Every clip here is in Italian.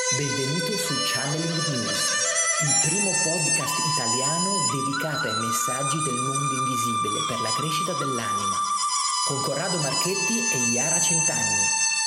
Benvenuto su Channeling News, il primo podcast italiano dedicato ai messaggi del mondo invisibile per la crescita dell'anima, con Corrado Marchetti e Yara Centanni.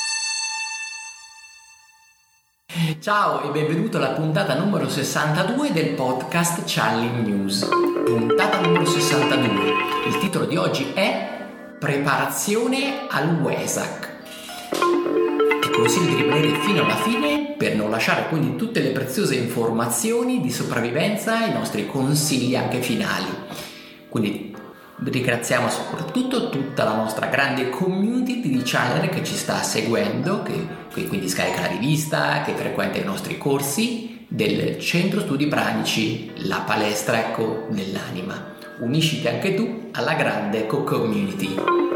Ciao e benvenuto alla puntata numero 62 del podcast Channeling News. Puntata numero 62. Il titolo di oggi è Preparazione al Wesak. Ti consiglio di rimanere fino alla fine per non lasciare quindi tutte le preziose informazioni di sopravvivenza e i nostri consigli anche finali. Quindi ringraziamo soprattutto tutta la nostra grande community di channeler che ci sta seguendo, che quindi scarica la rivista, che frequenta i nostri corsi del Centro Studi Pranici, la palestra dell'anima. Unisciti anche tu alla grande community.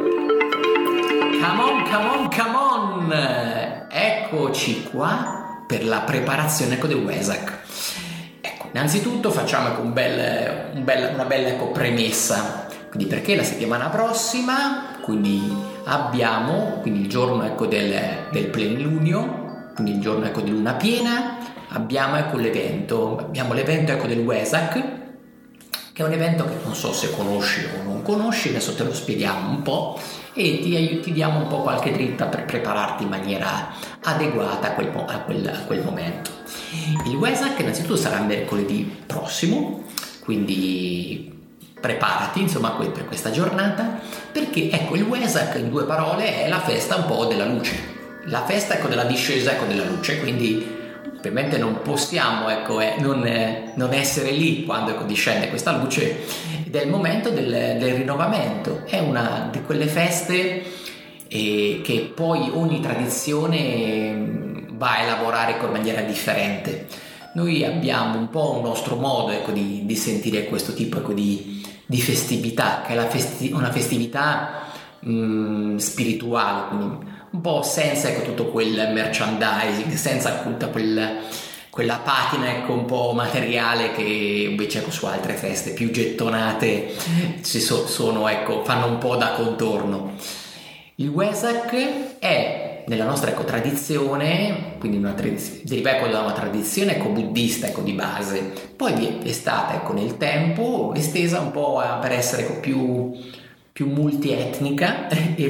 Come on! Eccoci qua per la preparazione del Wesak. Ecco, innanzitutto facciamo una bella premessa. Quindi perché la settimana prossima, quindi abbiamo il giorno del plenilunio, quindi il giorno di luna piena, abbiamo l'evento del Wesak, che è un evento che non so se conosci o non conosci, adesso te lo spieghiamo un po' e ti diamo un po' qualche dritta per prepararti in maniera adeguata a quel momento. Il Wesak innanzitutto sarà mercoledì prossimo, quindi preparati per questa giornata, perché il Wesak in due parole è la festa un po' della luce, la festa della discesa della luce, quindi ovviamente non possiamo non essere lì quando discende questa luce, ed è il momento del rinnovamento. È una di quelle feste che poi ogni tradizione va a elaborare in maniera differente. Noi abbiamo un po' un nostro modo di sentire questo tipo di festività, che è una festività spirituale, quindi un po' senza tutto quel merchandising, senza tutta quella patina un po' materiale che invece su altre feste più gettonate fanno un po' da contorno. Il Wesak è nella nostra tradizione, quindi deriva da una tradizione buddista di base, poi è stata nel tempo estesa un po' per essere più multietnica e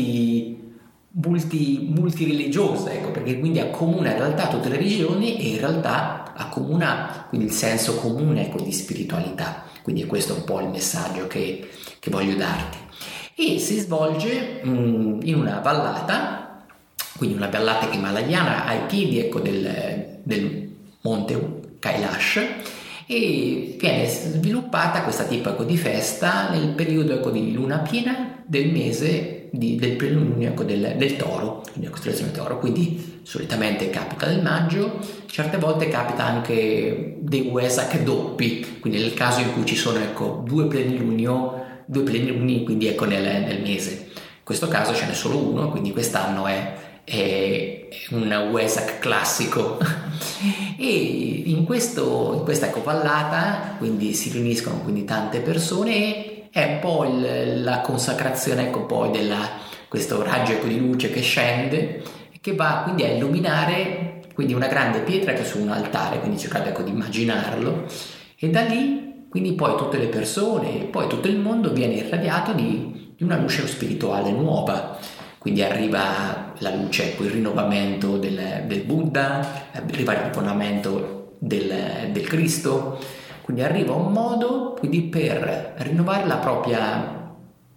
multireligiosa, perché quindi accomuna in realtà tutte le religioni e in realtà accomuna quindi il senso comune di spiritualità. Quindi questo è un po' il messaggio che voglio darti. E si svolge in una vallata, quindi una vallata himalayana ai piedi del monte Kailash, e viene sviluppata questa tipo di festa nel periodo di luna piena del mese del plenilunio del toro, quindi la costellazione toro. Quindi solitamente capita nel maggio, certe volte capita anche dei Wesak doppi, quindi nel caso in cui ci sono due pleniluni quindi nel mese. In questo caso ce n'è solo uno, quindi quest'anno è un Wesak classico. E in questa vallata quindi si riuniscono quindi tante persone e è un po' la consacrazione poi questo raggio di luce che scende e che va quindi a illuminare quindi una grande pietra che è su un altare, quindi cercate di immaginarlo, e da lì quindi poi tutte le persone e poi tutto il mondo viene irradiato di una luce spirituale nuova. Quindi arriva la luce, il rinnovamento del Buddha, arriva il rinnovamento del Cristo, quindi arriva un modo quindi per rinnovare la propria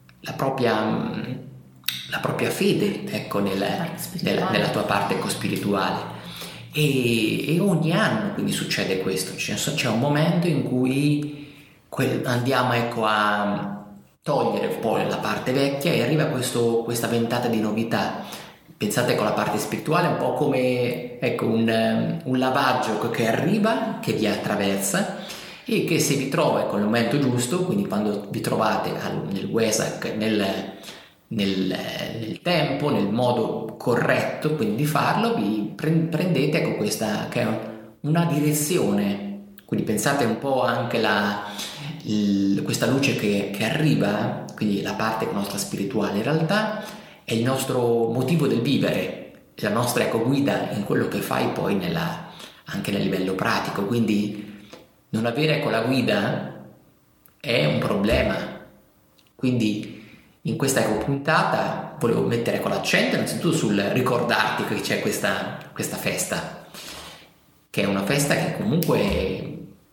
fede nella tua parte spirituale. E ogni anno quindi succede questo, c'è un momento in cui andiamo a togliere poi la parte vecchia e arriva questa ventata di novità. Pensate con la parte spirituale un po' come un lavaggio che arriva, che vi attraversa e che se vi trova nel momento giusto, quindi quando vi trovate nel Wesak, nel tempo, nel modo corretto quindi di farlo, vi prendete questa che è una direzione. Quindi pensate un po' anche questa luce che arriva, quindi la parte nostra spirituale in realtà è il nostro motivo del vivere, la nostra guida in quello che fai poi anche nel livello pratico. Quindi non avere la guida è un problema. Quindi in questa puntata volevo mettere l'accento innanzitutto sul ricordarti che c'è questa festa, che è una festa che comunque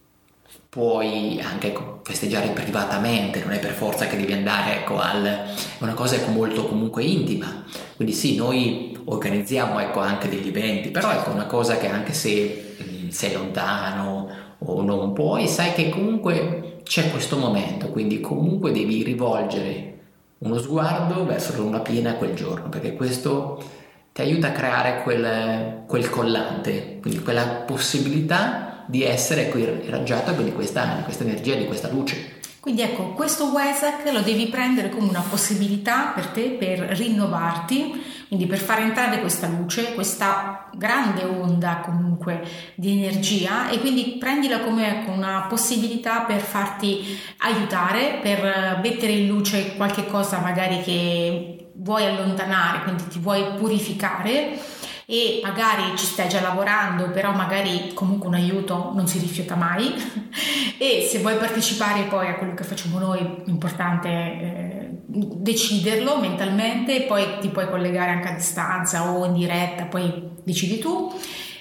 puoi anche festeggiare privatamente, non è per forza che devi andare è una cosa molto comunque intima. Quindi sì, noi organizziamo anche degli eventi, però è una cosa che anche se sei lontano o non puoi, sai che comunque c'è questo momento, quindi comunque devi rivolgere uno sguardo verso la luna piena quel giorno, perché questo ti aiuta a creare quel collante, quindi quella possibilità di essere irraggiato di questa energia, di questa luce. Quindi ecco, questo Wesak lo devi prendere come una possibilità per te per rinnovarti, quindi per far entrare questa luce, questa grande onda comunque di energia, e quindi prendila come una possibilità per farti aiutare, per mettere in luce qualche cosa magari che vuoi allontanare, quindi ti vuoi purificare. E magari ci stai già lavorando, però magari comunque un aiuto non si rifiuta mai. E se vuoi partecipare poi a quello che facciamo noi, è importante deciderlo mentalmente, e poi ti puoi collegare anche a distanza o in diretta, poi decidi tu.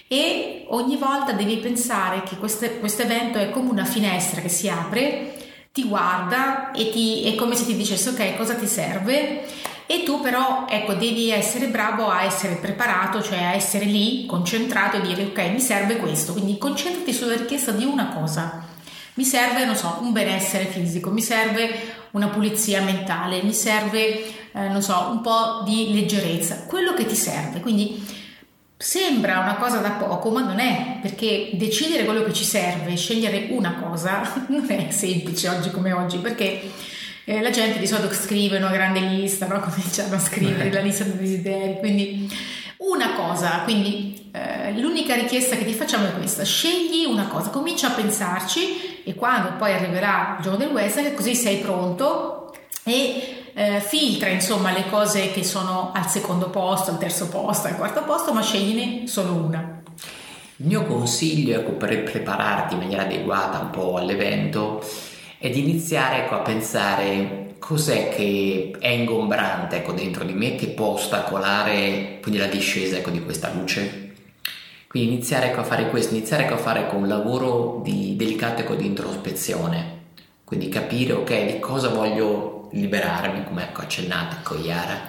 E ogni volta devi pensare che questo evento è come una finestra che si apre, ti guarda e è come se ti dicesse: ok, cosa ti serve? E tu però devi essere bravo a essere preparato, cioè a essere lì concentrato e dire: ok, mi serve questo, quindi concentrati sulla richiesta di una cosa. Mi serve, non so, un benessere fisico, mi serve una pulizia mentale, mi serve, non so, un po' di leggerezza, quello che ti serve. Quindi sembra una cosa da poco, ma non è, perché decidere quello che ci serve, scegliere una cosa, non è semplice oggi come oggi, perché la gente di solito scrive una grande lista, no? Cominciano a scrivere la lista dei desideri, quindi una cosa, quindi l'unica richiesta che ti facciamo è questa: scegli una cosa, comincia a pensarci, e quando poi arriverà il giorno del Wesak, così sei pronto e filtra insomma le cose che sono al secondo posto, al terzo posto, al quarto posto, ma scegliene solo una. Il mio consiglio per prepararti in maniera adeguata un po' all'evento è di iniziare a pensare cos'è che è ingombrante dentro di me, che può ostacolare quindi la discesa di questa luce. Quindi iniziare a fare questo, iniziare a fare un lavoro delicato di introspezione, quindi capire ok, di cosa voglio liberarmi, come accennato con Yara,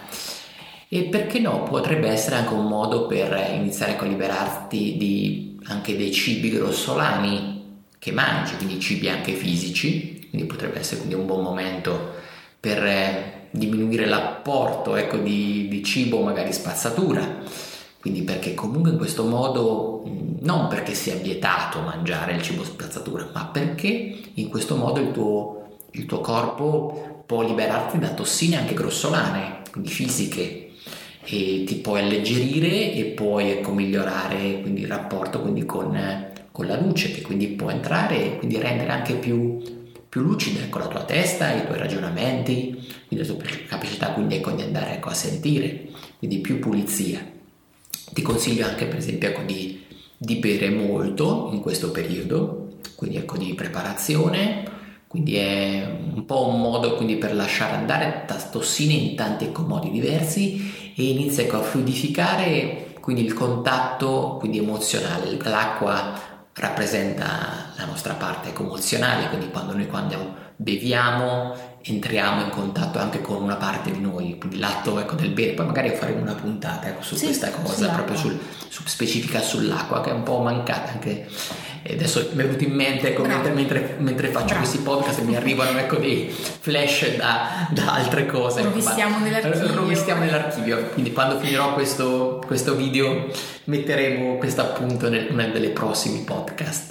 e perché no, potrebbe essere anche un modo per iniziare a liberarti anche dei cibi grossolani che mangi, quindi cibi anche fisici. Quindi potrebbe essere un buon momento per diminuire l'apporto di cibo, magari spazzatura, quindi perché comunque in questo modo, non perché sia vietato mangiare il cibo spazzatura, ma perché in questo modo il tuo corpo può liberarti da tossine anche grossolane, quindi fisiche, e ti puoi alleggerire e puoi migliorare quindi il rapporto con la luce, che quindi può entrare e quindi rendere anche più lucida con la tua testa, i tuoi ragionamenti, quindi la tua capacità quindi di andare a sentire, quindi più pulizia. Ti consiglio anche per esempio di bere molto in questo periodo, quindi di preparazione, quindi è un po' un modo quindi per lasciare andare tossine in tanti modi diversi, e inizia a fluidificare quindi il contatto quindi emozionale. L'acqua rappresenta la nostra parte emozionale, quindi quando beviamo entriamo in contatto anche con una parte di noi, quindi l'atto del bere. Poi magari faremo una puntata su questa cosa, proprio specifica sull'acqua, che è un po' mancata anche. E adesso mi è venuto in mente mentre faccio questi podcast mi arrivano dei flash da altre cose. Rovistiamo nell'archivio, quindi quando finirò questo video metteremo questo appunto in uno dei prossimi podcast.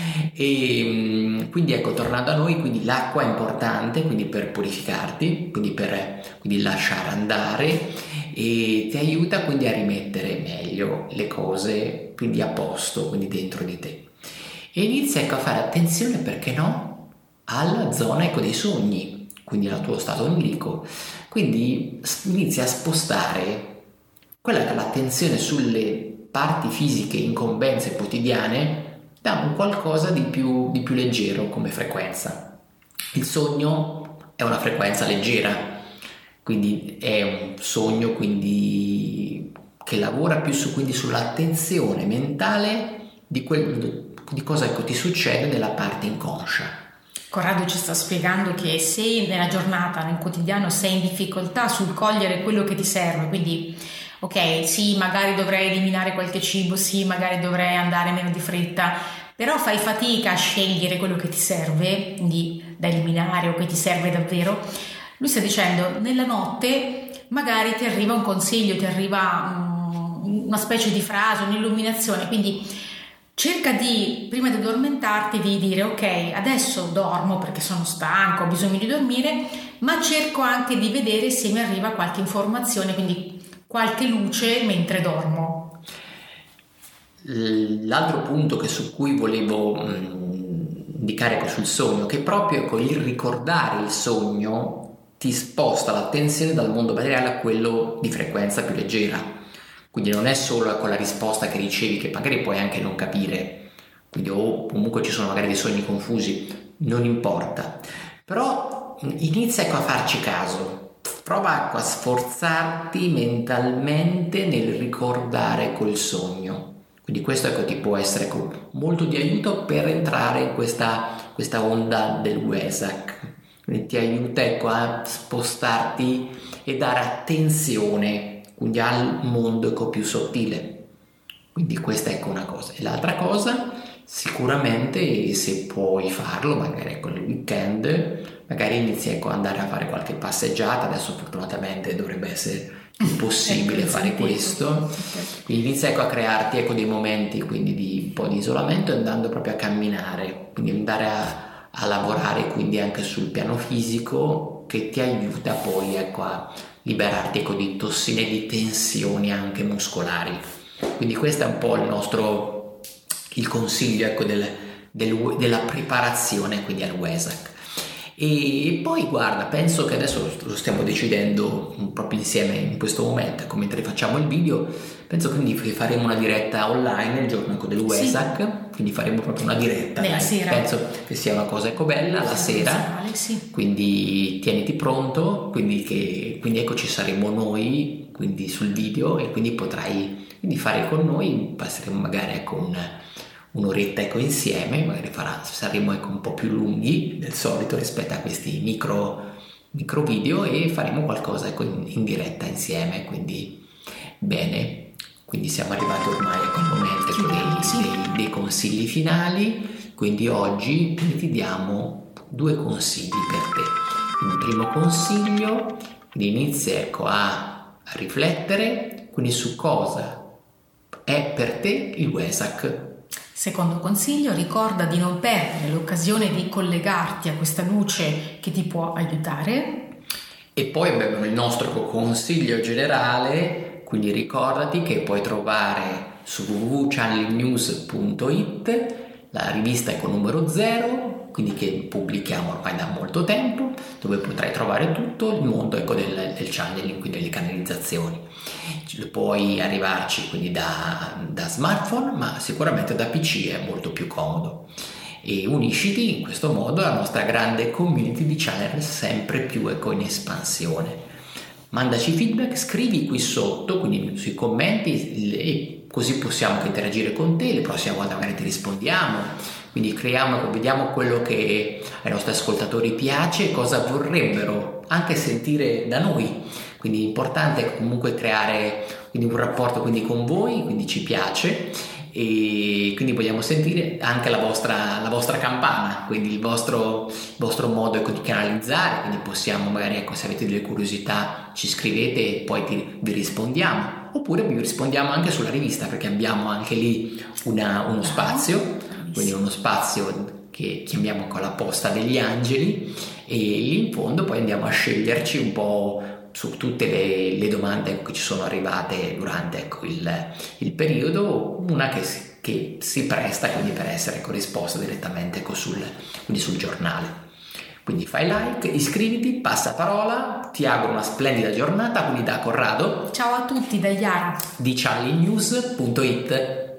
E quindi tornando a noi, quindi l'acqua è importante quindi per purificarti, quindi per lasciare andare, e ti aiuta quindi a rimettere meglio le cose quindi a posto, quindi dentro di te. E inizia a fare attenzione, perché no, alla zona dei sogni, quindi al tuo stato onirico. Quindi inizia a spostare quella che l'attenzione sulle parti fisiche, incombenze quotidiane, dà un qualcosa di più leggero come frequenza. Il sogno è una frequenza leggera, quindi è un sogno quindi che lavora più sull'attenzione mentale di cosa ti succede nella parte inconscia. Corrado ci sta spiegando che se nella giornata, nel quotidiano, sei in difficoltà sul cogliere quello che ti serve, quindi ok, sì, magari dovrei eliminare qualche cibo, sì, magari dovrei andare meno di fretta, però fai fatica a scegliere quello che ti serve, quindi da eliminare o che ti serve davvero. Lui sta dicendo, nella notte magari ti arriva un consiglio, ti arriva una specie di frase, un'illuminazione, quindi cerca di, prima di addormentarti, di dire ok, adesso dormo perché sono stanco, ho bisogno di dormire, ma cerco anche di vedere se mi arriva qualche informazione, quindi qualche luce mentre dormo. L'altro punto su cui volevo indicare sul sogno, che proprio con il ricordare il sogno ti sposta l'attenzione dal mondo materiale a quello di frequenza più leggera, quindi non è solo la risposta che ricevi, che magari puoi anche non capire, quindi o comunque ci sono magari dei sogni confusi, non importa, però inizia a farci caso. Prova a sforzarti mentalmente nel ricordare quel sogno. Quindi questo ti può essere molto di aiuto per entrare in questa onda del Wesak. Quindi ti aiuta a spostarti e dare attenzione quindi al mondo più sottile. Quindi questa è una cosa. E l'altra cosa, sicuramente, se puoi farlo, magari nel weekend, magari inizi ad andare a fare qualche passeggiata. Adesso fortunatamente dovrebbe essere possibile fare questo, quindi inizia a crearti dei momenti quindi di un po' di isolamento, andando proprio a camminare, quindi andare a lavorare quindi anche sul piano fisico, che ti aiuta poi a liberarti di tossine e di tensioni anche muscolari. Quindi questo è un po' il consiglio della preparazione quindi al Wesak. E poi guarda, penso che adesso lo stiamo decidendo proprio insieme in questo momento, mentre facciamo il video, penso quindi che faremo una diretta online il giorno del Wesak, sì. Quindi faremo proprio una diretta nella sera. Penso che sia una cosa bella la sera, sì. Quindi tieniti pronto, quindi ci saremo noi quindi sul video, e quindi potrai fare con noi, passeremo magari un'oretta insieme, magari saremo un po' più lunghi del solito rispetto a questi micro video, e faremo qualcosa in diretta insieme. Quindi bene, quindi siamo arrivati ormai al momento dei consigli finali. Quindi oggi ti diamo 2 consigli per te. Il primo consiglio, quindi inizia a riflettere quindi su cosa è per te il Wesak. Secondo consiglio, ricorda di non perdere l'occasione di collegarti a questa luce che ti può aiutare. E poi abbiamo il nostro consiglio generale, quindi ricordati che puoi trovare su www.channelnews.it la rivista con numero 0, quindi che pubblichiamo ormai da molto tempo, dove potrai trovare tutto il mondo del channeling, quindi delle canalizzazioni. Puoi arrivarci quindi da smartphone, ma sicuramente da PC è molto più comodo, e unisciti in questo modo alla nostra grande community di channel sempre più in espansione. Mandaci feedback, scrivi qui sotto, quindi sui commenti, e così possiamo interagire con te. Le prossime volte magari ti rispondiamo, quindi vediamo quello che ai nostri ascoltatori piace, cosa vorrebbero anche sentire da noi. Quindi è importante comunque creare un rapporto con voi, quindi ci piace, e quindi vogliamo sentire anche la vostra campana, quindi il vostro modo di canalizzare. Quindi possiamo magari se avete delle curiosità ci scrivete e poi vi rispondiamo, oppure vi rispondiamo anche sulla rivista, perché abbiamo anche lì uno spazio, quindi uno spazio che chiamiamo con la posta degli angeli, e lì in fondo poi andiamo a sceglierci un po' su tutte le domande che ci sono arrivate durante il periodo, una che si presta quindi per essere risposta direttamente sul giornale. Quindi fai like, iscriviti, passa parola, ti auguro una splendida giornata, quindi da Corrado, Ciao a tutti da Iara di CharlieNews.it.